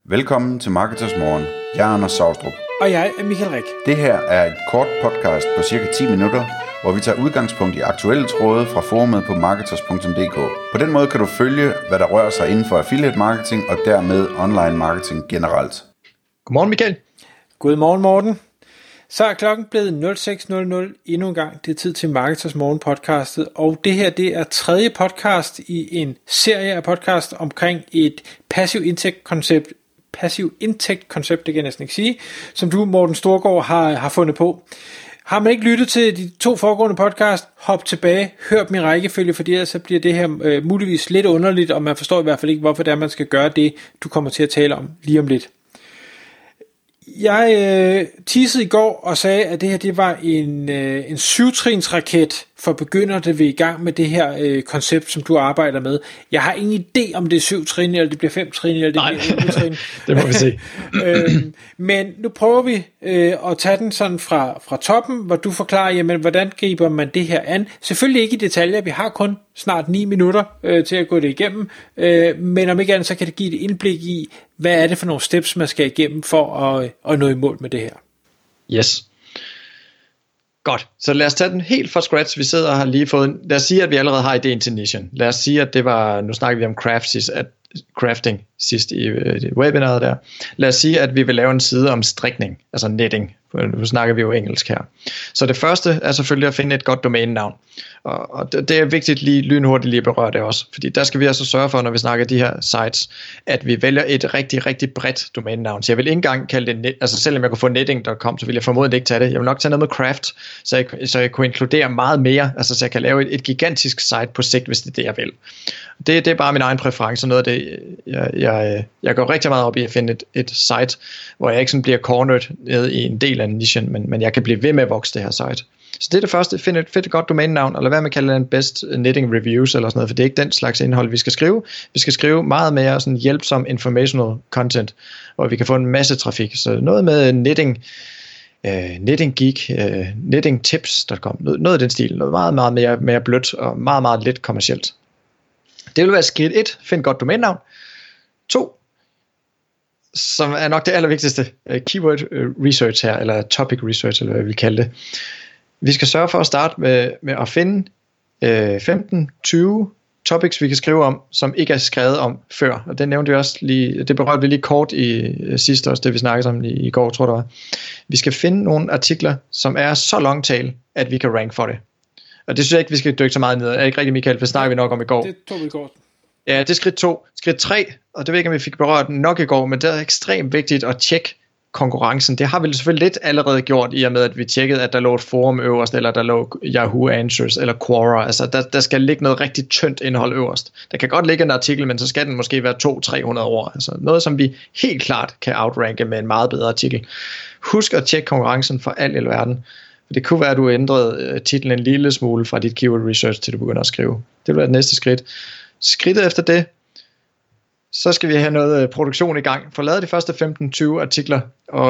Velkommen til Marketers Morgen. Jeg er Anders Saustrup. Og jeg er Michael Rik. Det her er et kort podcast på cirka 10 minutter, hvor vi tager udgangspunkt i aktuelle tråde fra forumet på marketers.dk. På den måde kan du følge, hvad der rører sig inden for affiliate marketing og dermed online marketing generelt. Godmorgen Michael. Godmorgen Morten. Så er klokken blevet 06.00 endnu en gang. Det er tid til Marketers Morgen podcastet, og det her det er tredje podcast i en serie af podcast omkring et passiv indtægt-koncept, det kan jeg næsten ikke sige, som du, Morten Storgård, har fundet på. Har man ikke lyttet til de 2 foregående podcast, hop tilbage, hør dem i rækkefølge, fordi ellers så bliver det her muligvis lidt underligt, og man forstår i hvert fald ikke, hvorfor det er, man skal gøre det, du kommer til at tale om lige om lidt. Jeg teasede i går og sagde, at det her det var en 7-trins raket for begyndere, der vil i gang med det her koncept, som du arbejder med. Jeg har ingen idé, om det er 7 trin, eller det bliver 5 trin, eller det bliver 8 trin. Det må vi se. Men nu prøver vi at tage den sådan fra toppen, hvor du forklarer, jamen, hvordan griber man det her an. Selvfølgelig ikke i detaljer, vi har kun snart 9 minutter til at gå det igennem, men om ikke andet, så kan det give et indblik i, hvad er det for nogle steps, man skal igennem for at nå i mål med det her. Yes. Godt, så lad os tage den helt fra scratch. Vi sidder og har lige fået, lad os sige, at vi allerede har idéen til nichen. Lad os sige, at det var, nu snakker vi om crafting sidst i webinaret der. Lad os sige, at vi vil lave en side om strikning, altså netting. Nu snakker vi jo engelsk her. Så det første er selvfølgelig at finde et godt domænenavn. Og det er vigtigt lige lynhurtigt lige at berøre det også. Fordi der skal vi altså sørge for, når vi snakker de her sites, at vi vælger et rigtig, rigtig bredt domænenavn. Så jeg vil ikke engang kalde det altså selvom jeg kunne få netting.com, så vil jeg formodentlig ikke tage det. Jeg vil nok tage noget med craft, så jeg kunne inkludere meget mere, altså så jeg kan lave et gigantisk site på sigt, hvis det er det, jeg vil. Det er bare min egen præference, noget af det, jeg går rigtig meget op i at finde et site, hvor jeg ikke sådan bliver cornered ned i en del af nichen, men jeg kan blive ved med at vokse det her site. Så det er det første, find et godt domænenavn, og lad være med at kalde det en best knitting reviews eller sådan noget, for det er ikke den slags indhold, vi skal skrive. Vi skal skrive meget mere sådan hjælpsom informational content, hvor vi kan få en masse trafik. Så noget med knitting geek, knittingtips.com, noget af den stil, noget meget, meget mere blødt og meget, meget lidt kommercielt. Det vil være skridt 1, find godt domænenavn. 2, som er nok det allervigtigste, keyword research her, eller topic research, eller hvad vi vil kalde det. Vi skal sørge for at starte med at finde 15-20 topics, vi kan skrive om, som ikke er skrevet om før. Og det nævnte vi også lige, det berørte vi lige kort i sidste også, det vi snakkede om i går, tror jeg det var. Vi skal finde nogle artikler, som er så long tail, at vi kan rank for det. Og det synes jeg ikke, vi skal dykke så meget ned. Er ikke rigtigt, Michael? For det snakker vi nok om i går. Det tog vi i går. Ja, det er skridt 2. Skridt 3, og det ved jeg ikke, om vi fik berørt nok i går, men det er ekstremt vigtigt at tjekke konkurrencen. Det har vi selvfølgelig lidt allerede gjort, i og med, at vi tjekkede, at der lå et forum øverst, eller der lå Yahoo Answers, eller Quora. Altså, der skal ligge noget rigtig tyndt indhold øverst. Der kan godt ligge en artikel, men så skal den måske være 200-300 ord. Altså noget, som vi helt klart kan outranke med en meget bedre artikel. Husk at tjekke konkurrencen for alt i verden. Det kunne være, at du ændrede titlen en lille smule fra dit keyword research, til du begynder at skrive. Det vil være det næste skridt. Skridtet efter det, så skal vi have noget produktion i gang. Få lavet de første 15-20 artikler,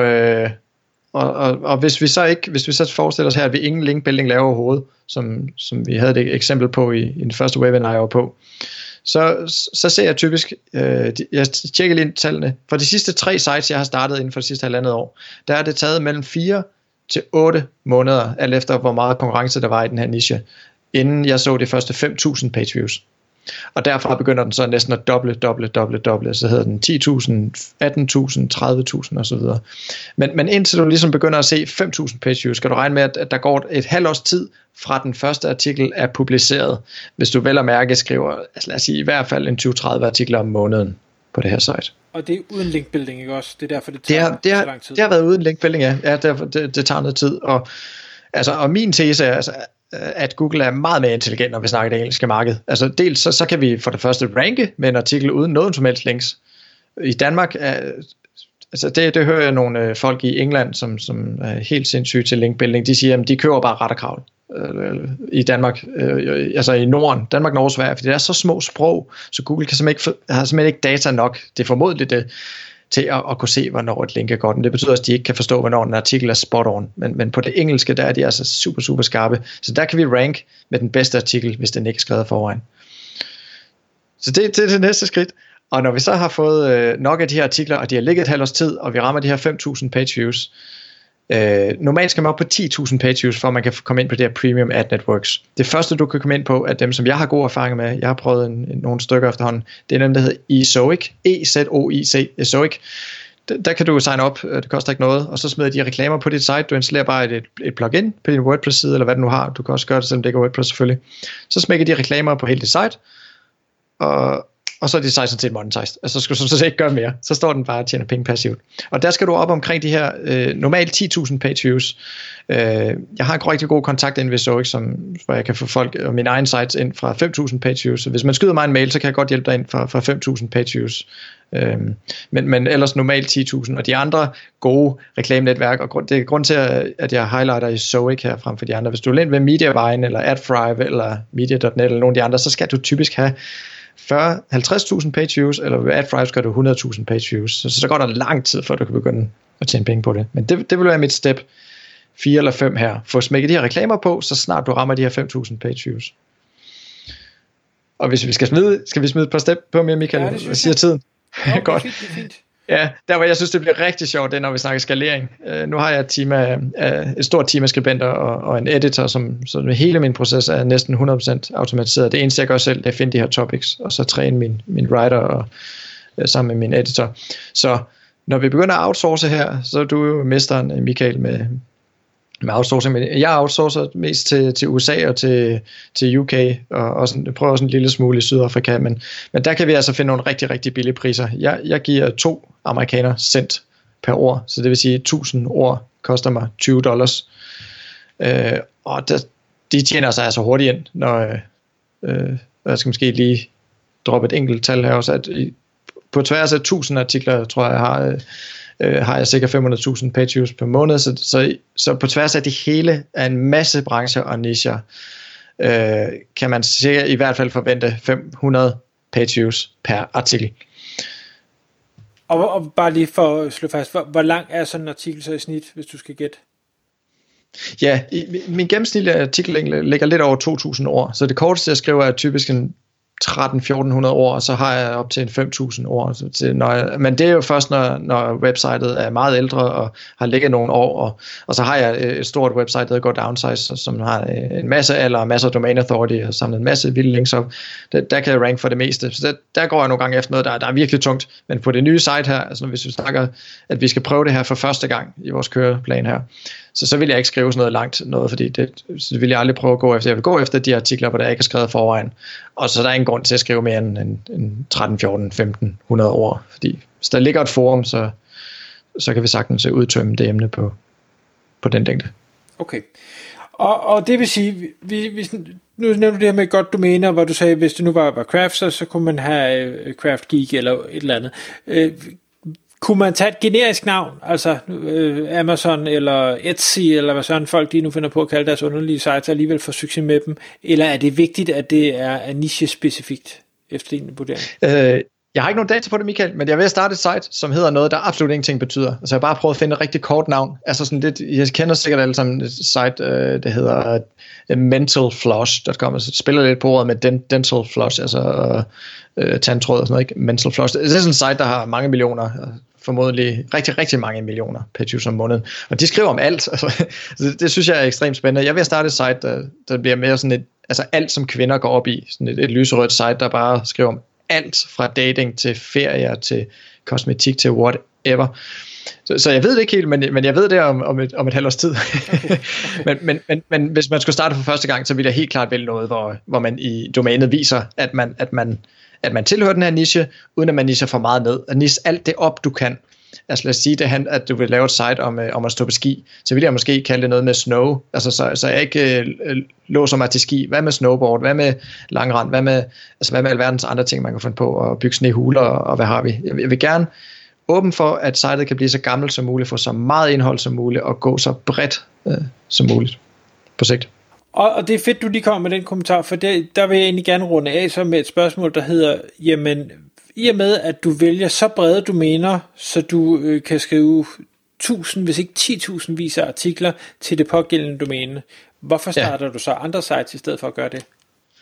og hvis vi så forestiller os her, at vi ingen linkbuilding laver overhovedet, som vi havde et eksempel på i den første webinar, jeg var på, så ser jeg typisk, jeg tjekker lige tallene, for de sidste 3 sites, jeg har startet inden for de sidste 1,5 år, der er det taget mellem 4 til 8 måneder, alt efter hvor meget konkurrence der var i den her niche, inden jeg så de første 5.000 page views. Og derfra begynder den så næsten at doble, så hedder den 10.000, 18.000, 30.000 osv. Men indtil du ligesom begynder at se 5.000 page views, skal du regne med, at der går et halvt års tid fra den første artikel er publiceret, hvis du vel at mærke skriver, altså lad os sige i hvert fald en 20-30 artikler om måneden på det her site. Og det er uden linkbuilding, ikke også? Det er derfor, det tager så lang tid. Det har været uden linkbuilding, ja. Det tager noget tid. Og min tese er, altså, at Google er meget mere intelligent, når vi snakker det engelske marked. Altså dels så kan vi for det første ranke med en artikel uden noget som helst links. I Danmark altså det hører jeg nogle folk i England, som er helt sindssyge til linkbuilding. De siger, at de køber bare ret og kravl i Danmark, altså i Norden, Danmark, Norge, Sverige, fordi det er så små sprog, så Google kan har simpelthen ikke data nok. Det er formodentlig det til at kunne se, hvornår et link er godt. Men det betyder også, at de ikke kan forstå, hvornår en artikel er spot on. Men på det engelske, der er de altså super, super skarpe. Så der kan vi rank med den bedste artikel, hvis den ikke er skrevet forvejen. Så det er det næste skridt. Og når vi så har fået nok af de her artikler, og de har ligget et halvt års tid, og vi rammer de her 5.000 page views, normalt skal man op på 10.000 page views, for at man kan komme ind på det her Premium Ad Networks. Det første, du kan komme ind på, er dem, som jeg har god erfaring med. Jeg har prøvet nogle stykker efterhånden. Det er den, der hedder Ezoic. E-Z-O-I-C. Ezoic. Der kan du sign op, det koster ikke noget, og så smider de reklamer på dit site. Du installerer bare et plugin på din WordPress-side, eller hvad du nu har. Du kan også gøre det, selvom det ikke er WordPress selvfølgelig. Så smækker de reklamer på hele dit site, og så er det site sådan set monetized. Altså så skal du sådan set ikke gøre mere. Så står den bare og tjener penge passivt. Og der skal du op omkring de her normalt 10.000 page views. Jeg har en rigtig god kontakt inde ved Zoic, hvor jeg kan få folk og mine egne sites ind fra 5.000 page views. Så hvis man skyder mig en mail, så kan jeg godt hjælpe dig ind fra 5.000 page views. Men ellers normalt 10.000. Og de andre gode reklamenetværk, og det er grund til, at jeg highlighter i Zoic her frem for de andre. Hvis du er ind ved Mediavine, eller AdThrive, eller Media.net, eller nogle af de andre, så skal du typisk have 50.000 page views, eller ved AdThrive skal du 100.000 page views. Så går der lang tid, før du kan begynde at tjene penge på det. Men det vil være mit step 4 eller 5 her. Få smækket de her reklamer på, så snart du rammer de her 5.000 page views. Og hvis vi skal vi smide et par step på mere, Michael? Ja, hvad siger tiden? Ja, Godt. det er fint. Ja, der hvor jeg synes, det bliver rigtig sjovt, det er, når vi snakker skalering. Nu har jeg et stort team af skribenter og en editor, så hele min proces er næsten 100% automatiseret. Det eneste, jeg gør selv, det er at finde de her topics, og så træne min writer og, sammen med min editor. Så når vi begynder at outsource her, så er du jo mesteren, Michael, med outsourcing. Men jeg outsourcer mest til USA og til UK, og prøver også en lille smule i Sydafrika, men der kan vi altså finde nogle rigtig, rigtig billige priser. Jeg giver 2 amerikaner cent per ord, så det vil sige 1000 ord koster mig $20. Og de tjener sig altså hurtigt ind, når jeg skal måske lige droppe et enkelt tal her også, at på tværs af 1000 artikler, tror jeg har jeg sikkert 500.000 page views per måned, så på tværs af det hele af en masse brancher og nicher, kan man sikkert i hvert fald forvente 500 page views per artikel. Og bare lige for at slå fast, hvor lang er sådan en artikel så i snit, hvis du skal gætte? Ja, min gennemsnitlige artikellængde ligger lidt over 2.000 ord, så det korteste jeg skriver er typisk en 1300-1400 ord, og så har jeg op til en 5.000 ord. Men det er jo først, når websitet er meget ældre og har ligget nogle år, og så har jeg et stort website, der går downsize, som har en masse alder, masser af domain authority, og samlet en masse vilde links op. Der kan jeg rank for det meste. Så der går jeg nogle gange efter noget, der er virkelig tungt. Men på det nye site her, altså hvis vi snakker, at vi skal prøve det her for første gang i vores køreplan her, så vil jeg ikke skrive sådan noget langt noget, fordi så vil jeg aldrig prøve at gå efter. Jeg vil gå efter de artikler, hvor der ikke er skrevet forvejen. Og så der er ingen grund til at skrive mere end 13, 14, 1500 ord. Fordi hvis der ligger et forum, så kan vi sagtens udtømme det emne på den længde. Okay. Og det vil sige, nu nævner du det her med godt domæner, hvor du sagde, hvis det nu var Craft, så kunne man have Craft Geek eller et eller andet. Kunne man tage et generisk navn, altså Amazon eller Etsy, eller hvad sådan folk de nu finder på at kalde deres underlige sites, alligevel få succes med dem? Eller er det vigtigt, at det er niche-specifikt efter din vurdering? Jeg har ikke nogen data på det, Michael, men jeg vil starte et site, som hedder noget, der absolut ingenting betyder. Altså jeg har bare prøvet at finde et rigtig kort navn. Altså sådan lidt, jeg kender sikkert alle sammen et site, det hedder mentalfloss.com. Altså det spiller lidt på ordet med dental floss, altså tandtråd og sådan noget, ikke? Mental floss. Det er sådan en site, der har mange millioner, formodentlig rigtig, rigtig mange millioner page views om måneden. Og de skriver om alt. Altså, det synes jeg er ekstremt spændende. Jeg vil starte et site, der bliver mere sådan altså alt, som kvinder går op i. Sådan et lyserødt site, der bare skriver om alt fra dating til ferier til kosmetik til whatever. Så jeg ved det ikke helt, men jeg ved det om et halvt års tid. Okay. men hvis man skulle starte for første gang, så ville jeg helt klart vælge noget, hvor man i domænet viser, at man tilhører den her niche, uden at man nicher for meget ned. At niche alt det op, du kan. Altså lad os sige, at du vil lave et site om at stå på ski, så vil jeg måske kalde det noget med snow, altså så jeg ikke låser mig til ski. Hvad med snowboard, hvad med langrand, hvad med alverdens andre ting, man kan finde på, og bygge snehuler, og hvad har vi. Jeg vil gerne åben for, at sitet kan blive så gammelt som muligt, få så meget indhold som muligt, og gå så bredt som muligt på sigt. Og det er fedt, du lige kommer med den kommentar, for der vil jeg egentlig gerne runde af så med et spørgsmål, der hedder, jamen, i og med, at du vælger så brede domæner, så du kan skrive 1000, hvis ikke 10.000 vis af artikler til det pågældende domæne, hvorfor starter du så andre sites i stedet for at gøre det?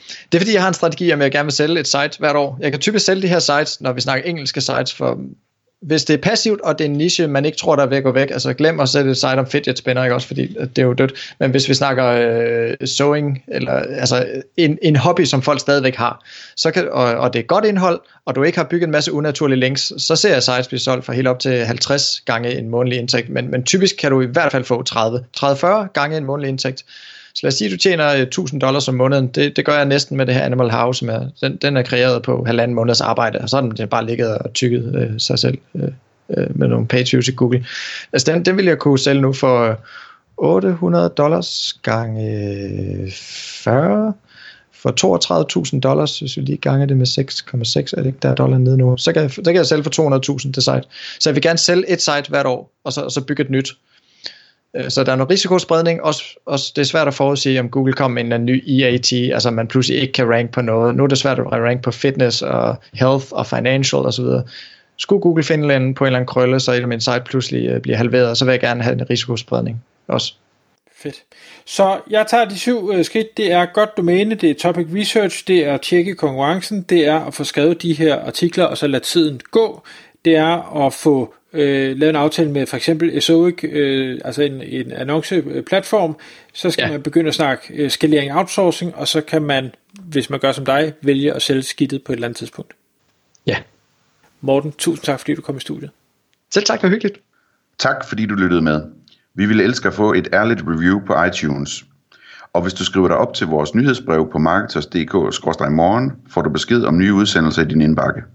Det er fordi, jeg har en strategi, om jeg gerne vil sælge et site hvert år. Jeg kan typisk sælge de her sites, når vi snakker engelske sites, for hvis det er passivt, og det er en niche, man ikke tror, der er ved at gå væk, altså glem at sætte et site om fidget spinner, ikke også, fordi det er jo dødt. Men hvis vi snakker sewing, eller altså en hobby, som folk stadigvæk har, så kan, og det er godt indhold, og du ikke har bygget en masse unaturlige links, så ser jeg sites blive solgt for helt op til 50 gange en månedlig indtægt, men typisk kan du i hvert fald få 30-40 gange en månedlig indtægt. Så lad os sige, at du tjener $1,000 om måneden. Det gør jeg næsten med det her Animal House, som den er kreeret på 1,5 måneders arbejde, og så har den bare ligget og tykket sig selv med nogle page views i Google. Altså den vil jeg kunne sælge nu for $800 gange 40 for $32,000, hvis vi lige ganger det med 6,6, er det ikke der er dollar nede nu, så kan jeg sælge for $200,000 det site. Så jeg vil gerne sælge et site hvert år, og så bygge et nyt. Så der er noget risikospredning, også det er svært at forudsige, om Google kommer med en ny EAT, altså man pludselig ikke kan rank på noget. Nu er det svært at rank på fitness og health og financial osv. Skulle Google finde på en eller anden krølle, så et af mine site pludselig bliver halveret, så vil jeg gerne have en risikospredning også. Fedt. Så jeg tager de 7 skridt. Det er godt domæne, det er topic research, det er at tjekke konkurrencen, det er at få skrevet de her artikler, og så lade tiden gå. Det er at få lavet en aftale med for eksempel Ezoic, altså en annonceplatform, så skal man begynde at snakke skalering outsourcing, og så kan man, hvis man gør som dig, vælge at sælge skidtet på et eller andet tidspunkt. Ja. Morten, tusind tak, fordi du kom i studiet. Selv tak, det var hyggeligt. Tak, fordi du lyttede med. Vi ville elske at få et ærligt review på iTunes. Og hvis du skriver dig op til vores nyhedsbrev på marketers.dk/morgen, får du besked om nye udsendelser i din indbakke.